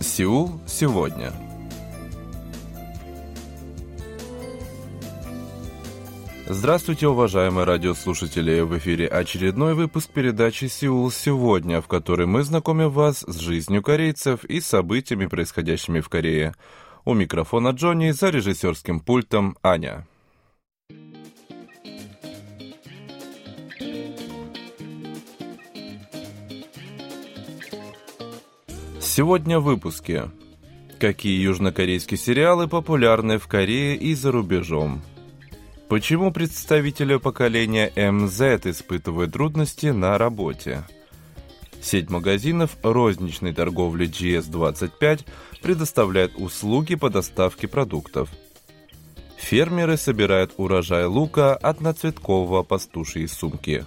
Сеул сегодня. Здравствуйте, уважаемые радиослушатели! В эфире очередной выпуск передачи «Сеул сегодня», в которой мы знакомим вас с жизнью корейцев и событиями, происходящими в Корее. У микрофона Джонни, за режиссерским пультом Аня. Сегодня в выпуске. Какие южнокорейские сериалы популярны в Корее и за рубежом? Почему представители поколения МЗ испытывают трудности на работе? Сеть магазинов розничной торговли GS25 предоставляет услуги по доставке продуктов. Фермеры собирают урожай лука от одноцветкового пастушьей сумки.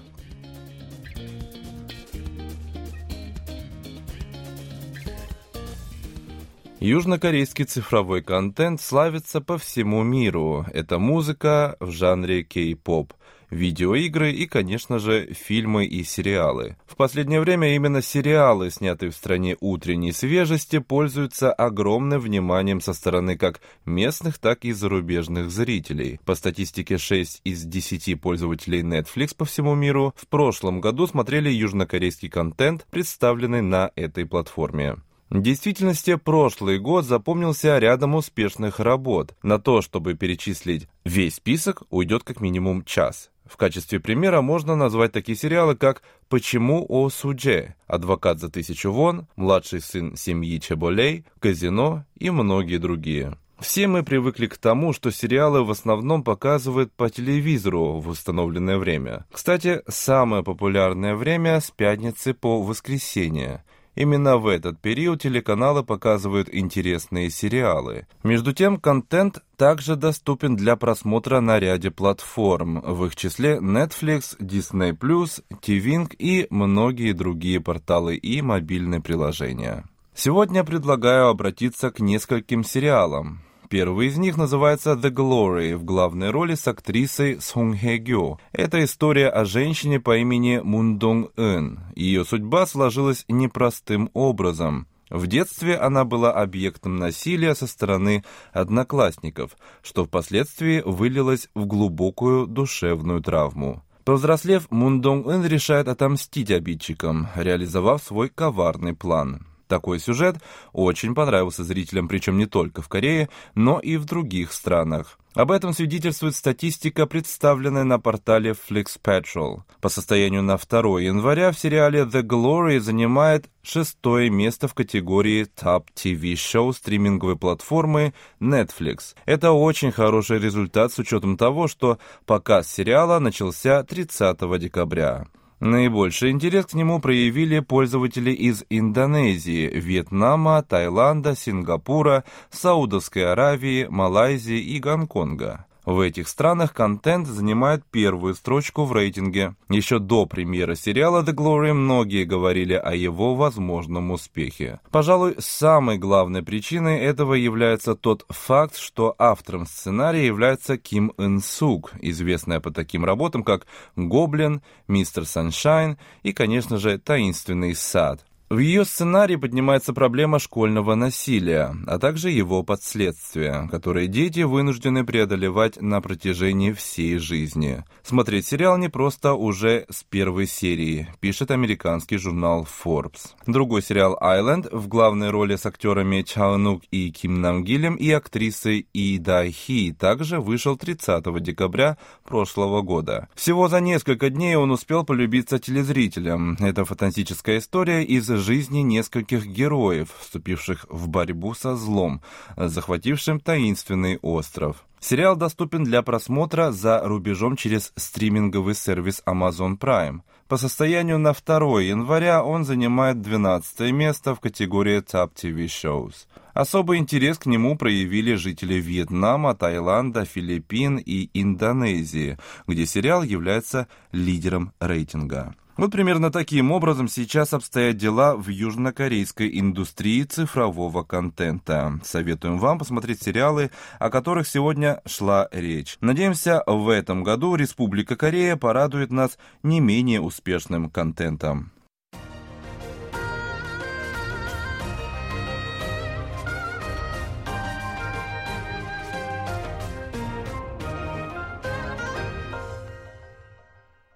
Южнокорейский цифровой контент славится по всему миру. Это музыка в жанре кей-поп, видеоигры и, конечно же, фильмы и сериалы. В последнее время именно сериалы, снятые в стране утренней свежести, пользуются огромным вниманием со стороны как местных, так и зарубежных зрителей. По статистике, 6 из 10 пользователей Netflix по всему миру в прошлом году смотрели южнокорейский контент, представленный на этой платформе. В действительности, прошлый год запомнился рядом успешных работ. На то, чтобы перечислить весь список, уйдет как минимум час. В качестве примера можно назвать такие сериалы, как «Почему О Судже», «Адвокат за 1000 вон», «Младший сын семьи Чеболей», «Казино» и многие другие. Все мы привыкли к тому, что сериалы в основном показывают по телевизору в установленное время. Кстати, самое популярное время с пятницы по воскресенье. Именно в этот период телеканалы показывают интересные сериалы. Между тем, контент также доступен для просмотра на ряде платформ, в их числе Netflix, Disney+, TVING и многие другие порталы и мобильные приложения. Сегодня предлагаю обратиться к нескольким сериалам. Первый из них называется «The Glory» в главной роли с актрисой Сон Хе Гё. Это история о женщине по имени Мун Донг Ын. Ее судьба сложилась непростым образом. В детстве она была объектом насилия со стороны одноклассников, что впоследствии вылилось в глубокую душевную травму. Повзрослев, Мун Донг Ын решает отомстить обидчикам, реализовав свой коварный план. Такой сюжет очень понравился зрителям, причем не только в Корее, но и в других странах. Об этом свидетельствует статистика, представленная на портале Flixpatrol. По состоянию на 2 января в сериале «The Glory» занимает 6-е место в категории Top TV Show стриминговой платформы Netflix. Это очень хороший результат с учетом того, что показ сериала начался 30 декабря. Наибольший интерес к нему проявили пользователи из Индонезии, Вьетнама, Таиланда, Сингапура, Саудовской Аравии, Малайзии и Гонконга. В этих странах контент занимает первую строчку в рейтинге. Еще до премьеры сериала «The Glory» многие говорили о его возможном успехе. Пожалуй, самой главной причиной этого является тот факт, что автором сценария является Ким Ын Сук, известная по таким работам, как «Гоблин», «Мистер Саншайн» и, конечно же, «Таинственный сад». В ее сценарии поднимается проблема школьного насилия, а также его последствия, которые дети вынуждены преодолевать на протяжении всей жизни. Смотреть сериал непросто уже с первой серии, пишет американский журнал Forbes. Другой сериал «Island» в главной роли с актерами Чао Нук и Ким Нам Гилем и актрисой И Дай Хи также вышел 30 декабря прошлого года. Всего за несколько дней он успел полюбиться телезрителям. Это фантастическая история из жизни нескольких героев, вступивших в борьбу со злом, захватившим таинственный остров. Сериал доступен для просмотра за рубежом через стриминговый сервис Amazon Prime. По состоянию на 2 января он занимает 12 место в категории Top TV Shows. Особый интерес к нему проявили жители Вьетнама, Таиланда, Филиппин и Индонезии, где сериал является лидером рейтинга. Вот примерно таким образом сейчас обстоят дела в южнокорейской индустрии цифрового контента. Советуем вам посмотреть сериалы, о которых сегодня шла речь. Надеемся, в этом году Республика Корея порадует нас не менее успешным контентом.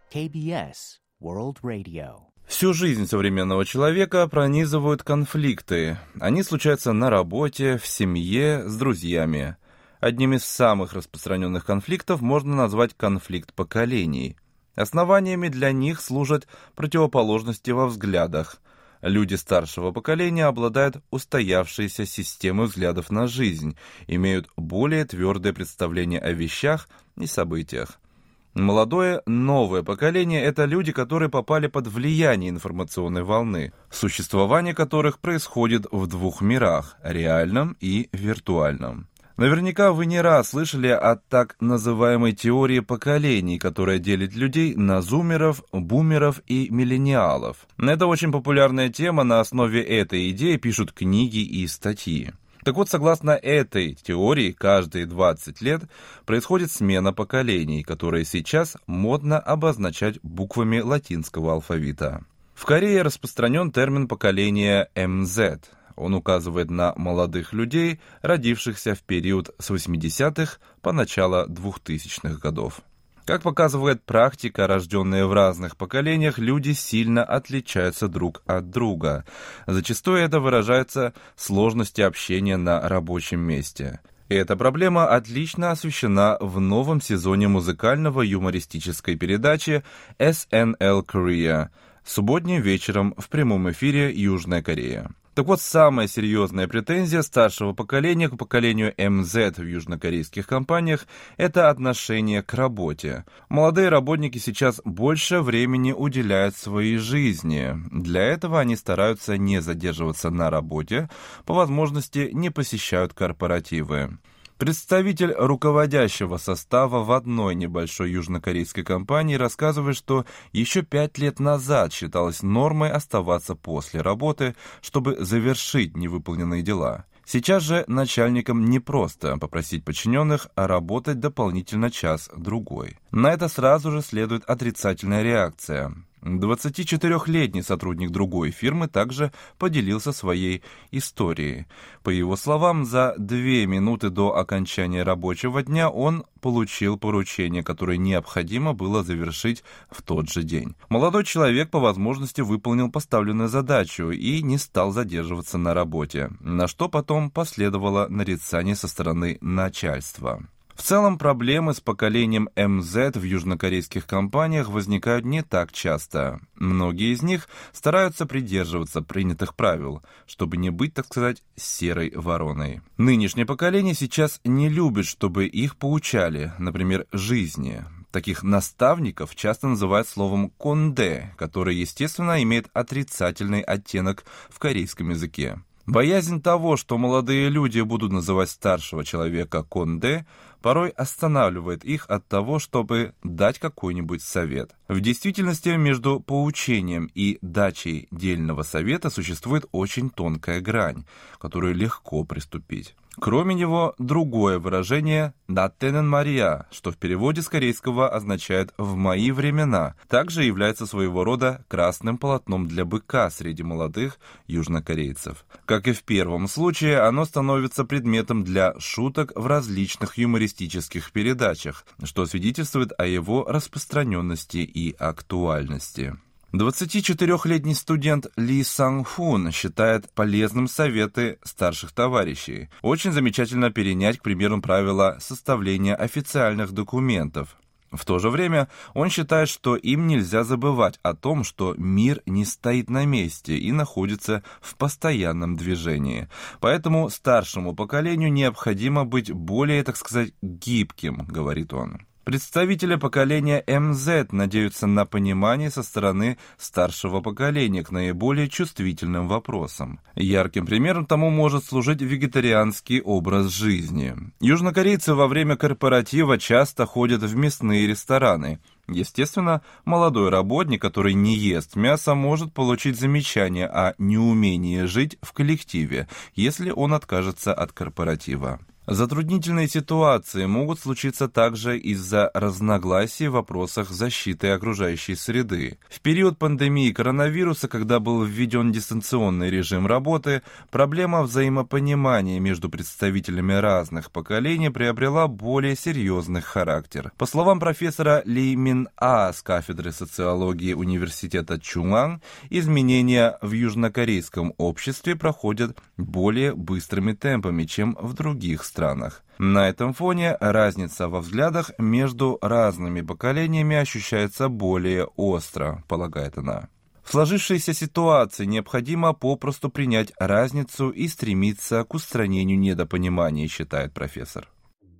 KBS World Radio. Всю жизнь современного человека пронизывают конфликты. Они случаются на работе, в семье, с друзьями. Одним из самых распространенных конфликтов можно назвать конфликт поколений. Основаниями для них служат противоположности во взглядах. Люди старшего поколения обладают устоявшейся системой взглядов на жизнь, имеют более твердое представление о вещах и событиях. Молодое, новое поколение – это люди, которые попали под влияние информационной волны, существование которых происходит в двух мирах – реальном и виртуальном. Наверняка вы не раз слышали о так называемой теории поколений, которая делит людей на зумеров, бумеров и миллениалов. Это очень популярная тема, на основе этой идеи пишут книги и статьи. Так вот, согласно этой теории, каждые 20 лет происходит смена поколений, которые сейчас модно обозначать буквами латинского алфавита. В Корее распространен термин поколения МЗ. Он указывает на молодых людей, родившихся в период с 80-х по начало 2000-х годов. Как показывает практика, рожденные в разных поколениях, люди сильно отличаются друг от друга. Зачастую это выражается в сложности общения на рабочем месте. И эта проблема отлично освещена в новом сезоне музыкального юмористической передачи SNL Korea субботним вечером в прямом эфире Южная Корея. Так вот, самая серьезная претензия старшего поколения к поколению МЗ в южнокорейских компаниях – это отношение к работе. Молодые работники сейчас больше времени уделяют своей жизни. Для этого они стараются не задерживаться на работе, по возможности не посещают корпоративы. Представитель руководящего состава в одной небольшой южнокорейской компании рассказывает, что еще 5 лет назад считалось нормой оставаться после работы, чтобы завершить невыполненные дела. Сейчас же начальникам не просто попросить подчиненных работать дополнительно час-другой. На это сразу же следует отрицательная реакция. 24-летний сотрудник другой фирмы также поделился своей историей. По его словам, за 2 минуты до окончания рабочего дня он получил поручение, которое необходимо было завершить в тот же день. Молодой человек по возможности выполнил поставленную задачу и не стал задерживаться на работе, на что потом последовало нарицание со стороны начальства. В целом, проблемы с поколением МЗ в южнокорейских компаниях возникают не так часто. Многие из них стараются придерживаться принятых правил, чтобы не быть, так сказать, серой вороной. Нынешнее поколение сейчас не любит, чтобы их поучали, например, жизни. Таких наставников часто называют словом «конде», которое, естественно, имеет отрицательный оттенок в корейском языке. Боязнь того, что молодые люди будут называть старшего человека «конде», порой останавливает их от того, чтобы дать какой-нибудь совет. В действительности, между поучением и дачей дельного совета существует очень тонкая грань, которую легко приступить. Кроме него, другое выражение «натенен Мария», что в переводе с корейского означает «в мои времена», также является своего рода красным полотном для быка среди молодых южнокорейцев. Как и в первом случае, оно становится предметом для шуток в различных юмористических передачах, что свидетельствует о его распространенности и актуальности. 24-летний студент Ли Санг-хун считает полезным советы старших товарищей. Очень замечательно перенять, к примеру, правила составления официальных документов. В то же время он считает, что им нельзя забывать о том, что мир не стоит на месте и находится в постоянном движении. Поэтому старшему поколению необходимо быть более, так сказать, гибким, говорит он. Представители поколения МЗ надеются на понимание со стороны старшего поколения к наиболее чувствительным вопросам. Ярким примером тому может служить вегетарианский образ жизни. Южнокорейцы во время корпоратива часто ходят в мясные рестораны. Естественно, молодой работник, который не ест мясо, может получить замечание о неумении жить в коллективе, если он откажется от корпоратива. Затруднительные ситуации могут случиться также из-за разногласий в вопросах защиты окружающей среды. В период пандемии коронавируса, когда был введен дистанционный режим работы, проблема взаимопонимания между представителями разных поколений приобрела более серьезный характер. По словам профессора Ли Мин А с кафедры социологии Университета Чун'ан, изменения в южнокорейском обществе проходят более быстрыми темпами, чем в других странах. На этом фоне разница во взглядах между разными поколениями ощущается более остро, полагает она. В сложившейся ситуации необходимо попросту принять разницу и стремиться к устранению недопонимания, считает профессор.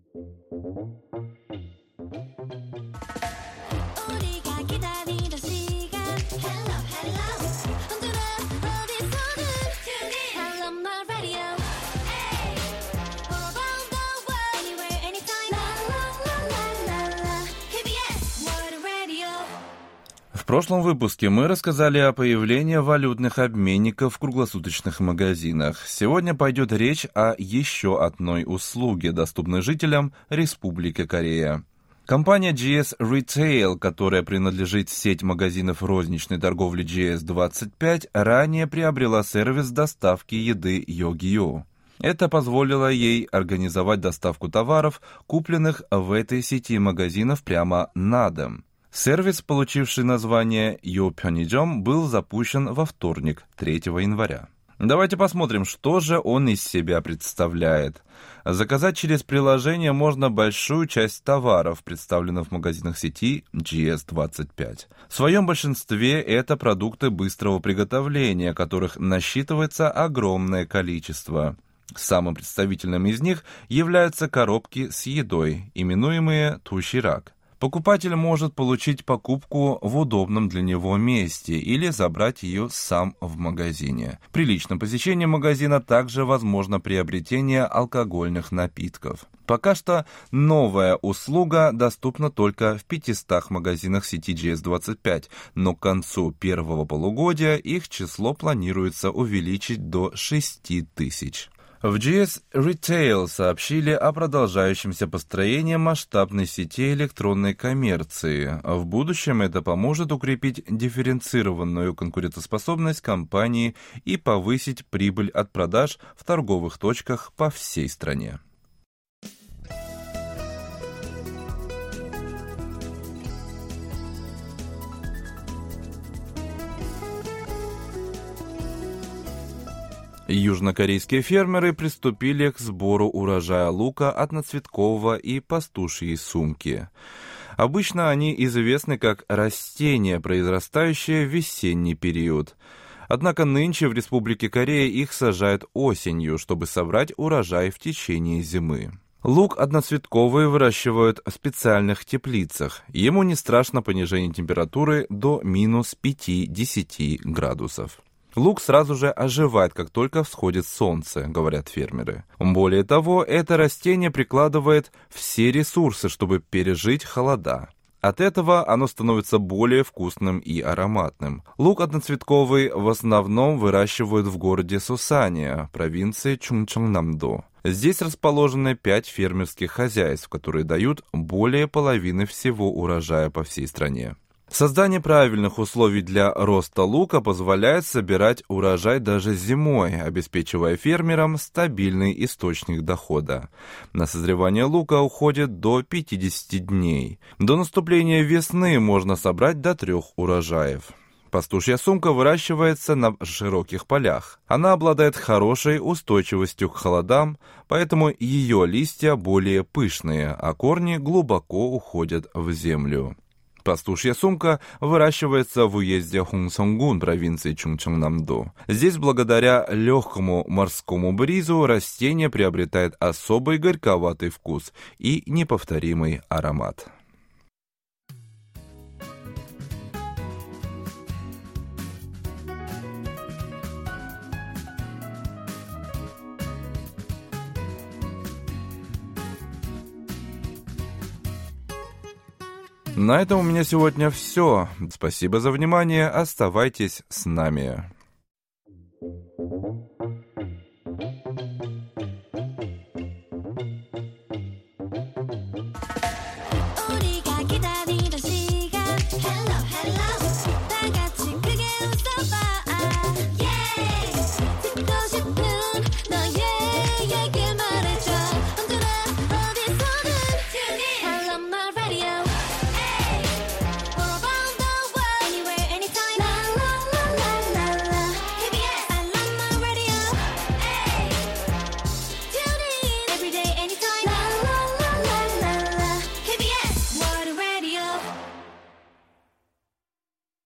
В прошлом выпуске мы рассказали о появлении валютных обменников в круглосуточных магазинах. Сегодня пойдет речь о еще одной услуге, доступной жителям Республики Корея. Компания GS Retail, которая принадлежит сеть магазинов розничной торговли GS25, ранее приобрела сервис доставки еды Yogiyo. Это позволило ей организовать доставку товаров, купленных в этой сети магазинов, прямо на дом. Сервис, получивший название Yo Pyeonijom, был запущен во вторник, 3 января. Давайте посмотрим, что же он из себя представляет. Заказать через приложение можно большую часть товаров, представленных в магазинах сети GS25. В своем большинстве это продукты быстрого приготовления, которых насчитывается огромное количество. Самым представительным из них являются коробки с едой, именуемые туширак. Покупатель может получить покупку в удобном для него месте или забрать ее сам в магазине. При личном посещении магазина также возможно приобретение алкогольных напитков. Пока что новая услуга доступна только в 500 магазинах сети GS25, но к концу первого полугодия их число планируется увеличить до 6000. В GS Retail сообщили о продолжающемся построении масштабной сети электронной коммерции. В будущем это поможет укрепить дифференцированную конкурентоспособность компании и повысить прибыль от продаж в торговых точках по всей стране. Южнокорейские фермеры приступили к сбору урожая лука, одноцветкового и пастушьей сумки. Обычно они известны как растения, произрастающие в весенний период. Однако нынче в Республике Корея их сажают осенью, чтобы собрать урожай в течение зимы. Лук одноцветковый выращивают в специальных теплицах. Ему не страшно понижение температуры до минус 5-10 градусов. Лук сразу же оживает, как только всходит солнце, говорят фермеры. Более того, это растение прикладывает все ресурсы, чтобы пережить холода. От этого оно становится более вкусным и ароматным. Лук одноцветковый в основном выращивают в городе Сусане, провинции Чунчонgnam-do. Здесь расположены 5 фермерских хозяйств, которые дают более половины всего урожая по всей стране. Создание правильных условий для роста лука позволяет собирать урожай даже зимой, обеспечивая фермерам стабильный источник дохода. На созревание лука уходит до 50 дней. До наступления весны можно собрать до 3 урожаев. Пастушья сумка выращивается на широких полях. Она обладает хорошей устойчивостью к холодам, поэтому ее листья более пышные, а корни глубоко уходят в землю. Пастушья сумка выращивается в уезде Хонсонгун, провинции Чунчонgnam-do. Здесь, благодаря легкому морскому бризу, растение приобретает особый горьковатый вкус и неповторимый аромат. На этом у меня сегодня все. Спасибо за внимание. Оставайтесь с нами.